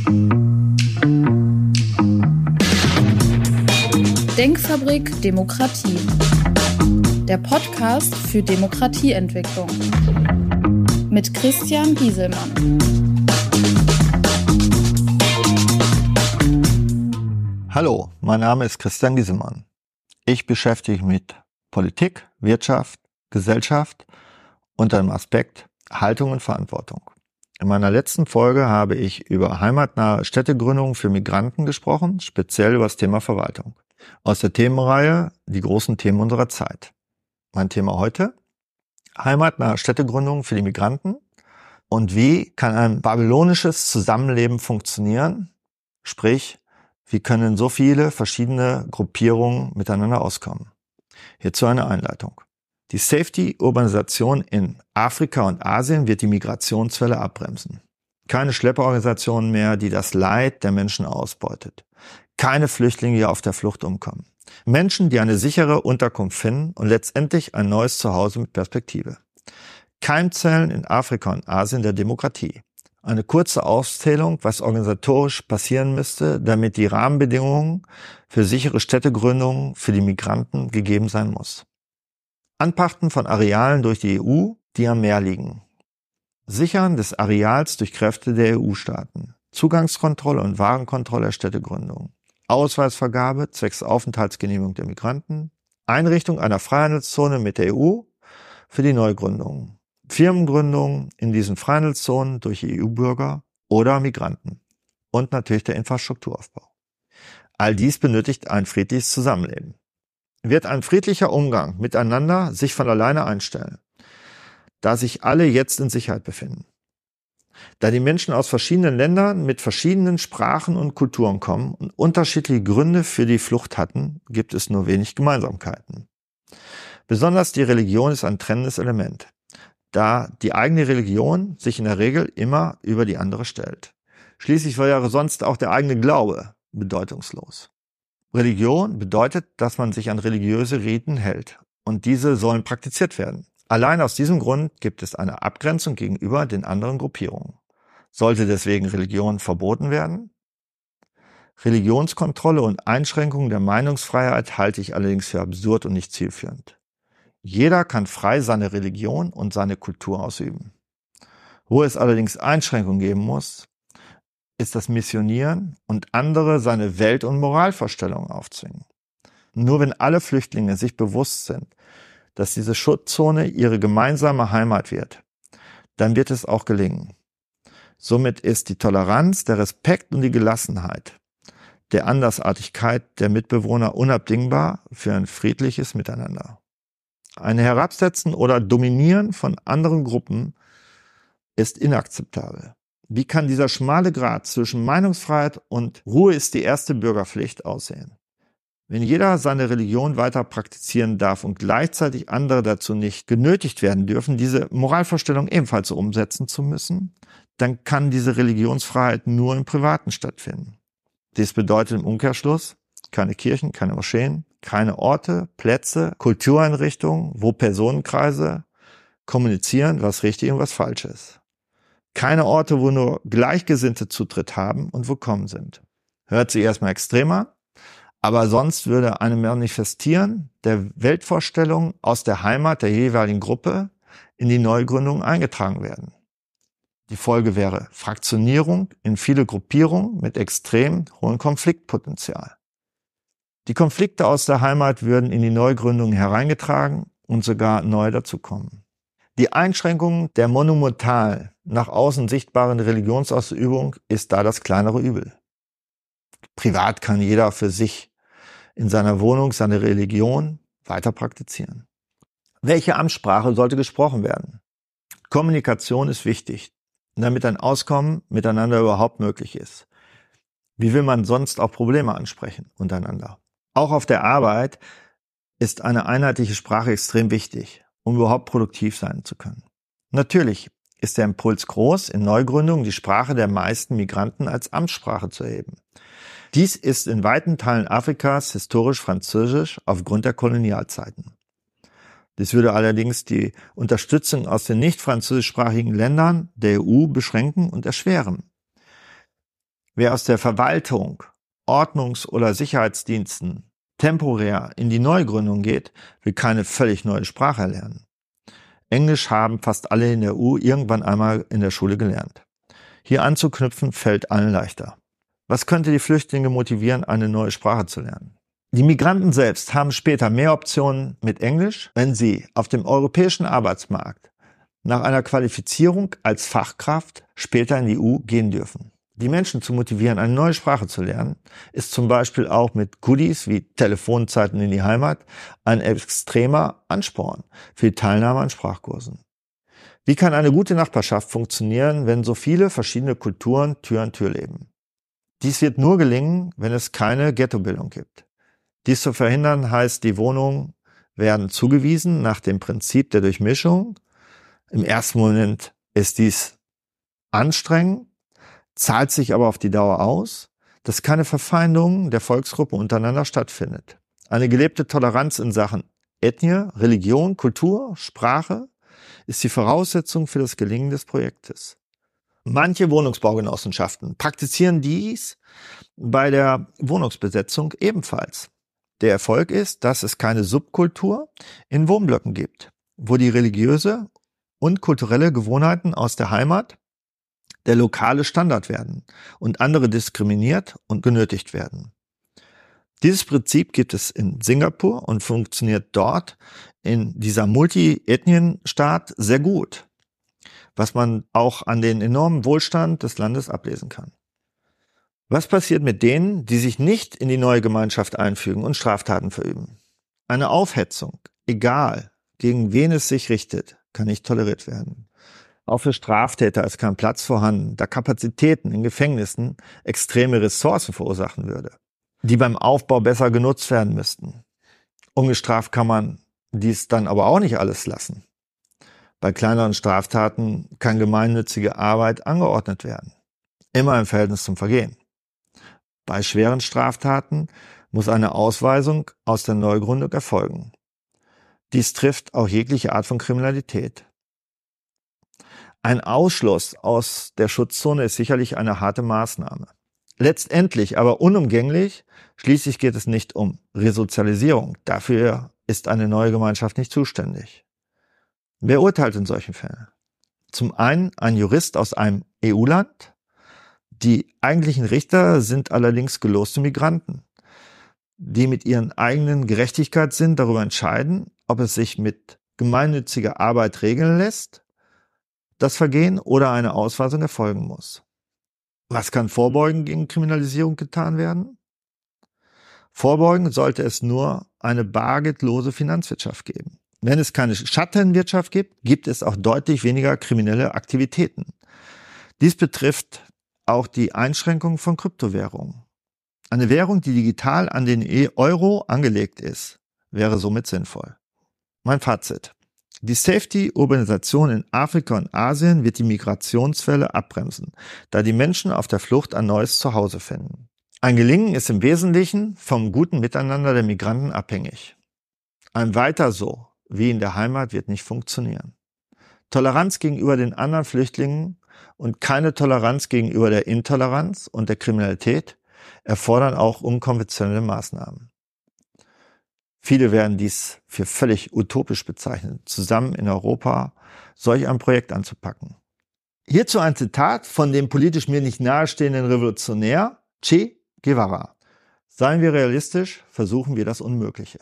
Denkfabrik Demokratie. Der Podcast für Demokratieentwicklung. Mit Christian Gieselmann. Hallo, mein Name ist Christian Gieselmann. Ich beschäftige mich mit Politik, Wirtschaft, Gesellschaft unter dem Aspekt Haltung und Verantwortung. In meiner letzten Folge habe ich über heimatnahe Städtegründungen für Migranten gesprochen, speziell über das Thema Verwaltung. Aus der Themenreihe Die großen Themen unserer Zeit. Mein Thema heute: heimatnahe Städtegründungen für die Migranten und wie kann ein babylonisches Zusammenleben funktionieren, sprich, wie können so viele verschiedene Gruppierungen miteinander auskommen. Hierzu eine Einleitung. Die Safety-Urbanisation in Afrika und Asien wird die Migrationswelle abbremsen. Keine Schlepperorganisationen mehr, die das Leid der Menschen ausbeutet. Keine Flüchtlinge, die auf der Flucht umkommen. Menschen, die eine sichere Unterkunft finden und letztendlich ein neues Zuhause mit Perspektive. Keimzellen in Afrika und Asien der Demokratie. Eine kurze Aufzählung, was organisatorisch passieren müsste, damit die Rahmenbedingungen für sichere Städtegründungen für die Migranten gegeben sein muss. Anpachten von Arealen durch die EU, die am Meer liegen. Sichern des Areals durch Kräfte der EU-Staaten. Zugangskontrolle und Warenkontrolle der Städtegründung. Ausweisvergabe zwecks Aufenthaltsgenehmigung der Migranten. Einrichtung einer Freihandelszone mit der EU für die Neugründung. Firmengründung in diesen Freihandelszonen durch EU-Bürger oder Migranten. Und natürlich der Infrastrukturaufbau. All dies benötigt ein friedliches Zusammenleben. Wird ein friedlicher Umgang miteinander sich von alleine einstellen, da sich alle jetzt in Sicherheit befinden. Da die Menschen aus verschiedenen Ländern mit verschiedenen Sprachen und Kulturen kommen und unterschiedliche Gründe für die Flucht hatten, gibt es nur wenig Gemeinsamkeiten. Besonders die Religion ist ein trennendes Element, da die eigene Religion sich in der Regel immer über die andere stellt. Schließlich wäre sonst auch der eigene Glaube bedeutungslos. Religion bedeutet, dass man sich an religiöse Riten hält und diese sollen praktiziert werden. Allein aus diesem Grund gibt es eine Abgrenzung gegenüber den anderen Gruppierungen. Sollte deswegen Religion verboten werden? Religionskontrolle und Einschränkung der Meinungsfreiheit halte ich allerdings für absurd und nicht zielführend. Jeder kann frei seine Religion und seine Kultur ausüben. Wo es allerdings Einschränkungen geben muss, ist das Missionieren und andere seine Welt- und Moralvorstellungen aufzwingen. Nur wenn alle Flüchtlinge sich bewusst sind, dass diese Schutzzone ihre gemeinsame Heimat wird, dann wird es auch gelingen. Somit ist die Toleranz, der Respekt und die Gelassenheit der Andersartigkeit der Mitbewohner unabdingbar für ein friedliches Miteinander. Ein Herabsetzen oder Dominieren von anderen Gruppen ist inakzeptabel. Wie kann dieser schmale Grat zwischen Meinungsfreiheit und Ruhe ist die erste Bürgerpflicht aussehen? Wenn jeder seine Religion weiter praktizieren darf und gleichzeitig andere dazu nicht genötigt werden dürfen, diese Moralvorstellung ebenfalls so umsetzen zu müssen, dann kann diese Religionsfreiheit nur im Privaten stattfinden. Dies bedeutet im Umkehrschluss keine Kirchen, keine Moscheen, keine Orte, Plätze, Kultureinrichtungen, wo Personenkreise kommunizieren, was richtig und was falsch ist. Keine Orte, wo nur Gleichgesinnte Zutritt haben und willkommen sind. Hört sich erstmal extremer, aber sonst würde ein Manifestieren der Weltvorstellung aus der Heimat der jeweiligen Gruppe in die Neugründung eingetragen werden. Die Folge wäre Fraktionierung in viele Gruppierungen mit extrem hohem Konfliktpotenzial. Die Konflikte aus der Heimat würden in die Neugründung hereingetragen und sogar neu dazukommen. Die Einschränkung der monumental nach außen sichtbaren Religionsausübung ist da das kleinere Übel. Privat kann jeder für sich in seiner Wohnung seine Religion weiter praktizieren. Welche Amtssprache sollte gesprochen werden? Kommunikation ist wichtig, damit ein Auskommen miteinander überhaupt möglich ist. Wie will man sonst auch Probleme ansprechen untereinander? Auch auf der Arbeit ist eine einheitliche Sprache extrem wichtig, um überhaupt produktiv sein zu können. Natürlich ist der Impuls groß, in Neugründungen die Sprache der meisten Migranten als Amtssprache zu erheben. Dies ist in weiten Teilen Afrikas historisch Französisch aufgrund der Kolonialzeiten. Dies würde allerdings die Unterstützung aus den nicht französischsprachigen Ländern der EU beschränken und erschweren. Wer aus der Verwaltung, Ordnungs- oder Sicherheitsdiensten temporär in die Neugründung geht, will keine völlig neue Sprache erlernen. Englisch haben fast alle in der EU irgendwann einmal in der Schule gelernt. Hier anzuknüpfen fällt allen leichter. Was könnte die Flüchtlinge motivieren, eine neue Sprache zu lernen? Die Migranten selbst haben später mehr Optionen mit Englisch, wenn sie auf dem europäischen Arbeitsmarkt nach einer Qualifizierung als Fachkraft später in die EU gehen dürfen. Die Menschen zu motivieren, eine neue Sprache zu lernen, ist zum Beispiel auch mit Goodies wie Telefonzeiten in die Heimat ein extremer Ansporn für die Teilnahme an Sprachkursen. Wie kann eine gute Nachbarschaft funktionieren, wenn so viele verschiedene Kulturen Tür an Tür leben? Dies wird nur gelingen, wenn es keine Ghettobildung gibt. Dies zu verhindern heißt, die Wohnungen werden zugewiesen nach dem Prinzip der Durchmischung. Im ersten Moment ist dies anstrengend, zahlt sich aber auf die Dauer aus, dass keine Verfeindung der Volksgruppe untereinander stattfindet. Eine gelebte Toleranz in Sachen Ethnie, Religion, Kultur, Sprache ist die Voraussetzung für das Gelingen des Projektes. Manche Wohnungsbaugenossenschaften praktizieren dies bei der Wohnungsbesetzung ebenfalls. Der Erfolg ist, dass es keine Subkultur in Wohnblöcken gibt, wo die religiöse und kulturelle Gewohnheiten aus der Heimat der lokale Standard werden und andere diskriminiert und genötigt werden. Dieses Prinzip gibt es in Singapur und funktioniert dort in dieser Multi-Ethnien-Staat sehr gut, was man auch an den enormen Wohlstand des Landes ablesen kann. Was passiert mit denen, die sich nicht in die neue Gemeinschaft einfügen und Straftaten verüben? Eine Aufhetzung, egal gegen wen es sich richtet, kann nicht toleriert werden. Auch für Straftäter ist kein Platz vorhanden, da Kapazitäten in Gefängnissen extreme Ressourcen verursachen würde, die beim Aufbau besser genutzt werden müssten. Ungestraft kann man dies dann aber auch nicht alles lassen. Bei kleineren Straftaten kann gemeinnützige Arbeit angeordnet werden, immer im Verhältnis zum Vergehen. Bei schweren Straftaten muss eine Ausweisung aus der Neugründung erfolgen. Dies trifft auch jegliche Art von Kriminalität. Ein Ausschluss aus der Schutzzone ist sicherlich eine harte Maßnahme. Letztendlich, aber unumgänglich, schließlich geht es nicht um Resozialisierung. Dafür ist eine neue Gemeinschaft nicht zuständig. Wer urteilt in solchen Fällen? Zum einen ein Jurist aus einem EU-Land. Die eigentlichen Richter sind allerdings geloste Migranten, die mit ihren eigenen Gerechtigkeitssinn darüber entscheiden, ob es sich mit gemeinnütziger Arbeit regeln lässt, das Vergehen oder eine Ausweisung erfolgen muss. Was kann vorbeugend gegen Kriminalisierung getan werden? Vorbeugend sollte es nur eine bargeldlose Finanzwirtschaft geben. Wenn es keine Schattenwirtschaft gibt, gibt es auch deutlich weniger kriminelle Aktivitäten. Dies betrifft auch die Einschränkung von Kryptowährungen. Eine Währung, die digital an den Euro angelegt ist, wäre somit sinnvoll. Mein Fazit. Die Safety-Urbanisation in Afrika und Asien wird die Migrationswelle abbremsen, da die Menschen auf der Flucht ein neues Zuhause finden. Ein Gelingen ist im Wesentlichen vom guten Miteinander der Migranten abhängig. Ein Weiter so wie in der Heimat wird nicht funktionieren. Toleranz gegenüber den anderen Flüchtlingen und keine Toleranz gegenüber der Intoleranz und der Kriminalität erfordern auch unkonventionelle Maßnahmen. Viele werden dies für völlig utopisch bezeichnen, zusammen in Europa solch ein Projekt anzupacken. Hierzu ein Zitat von dem politisch mir nicht nahestehenden Revolutionär Che Guevara. Seien wir realistisch, versuchen wir das Unmögliche.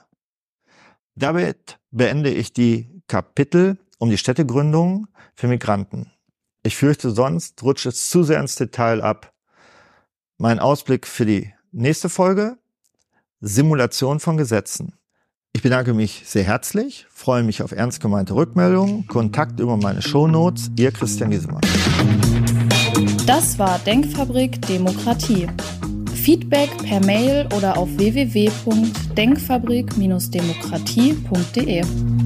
Damit beende ich die Kapitel um die Städtegründung für Migranten. Ich fürchte, sonst rutscht es zu sehr ins Detail ab. Mein Ausblick für die nächste Folge: Simulation von Gesetzen. Ich bedanke mich sehr herzlich, freue mich auf ernst gemeinte Rückmeldungen, Kontakt über meine Shownotes, Ihr Christian Giesemann. Das war Denkfabrik Demokratie. Feedback per Mail oder auf www.denkfabrik-demokratie.de.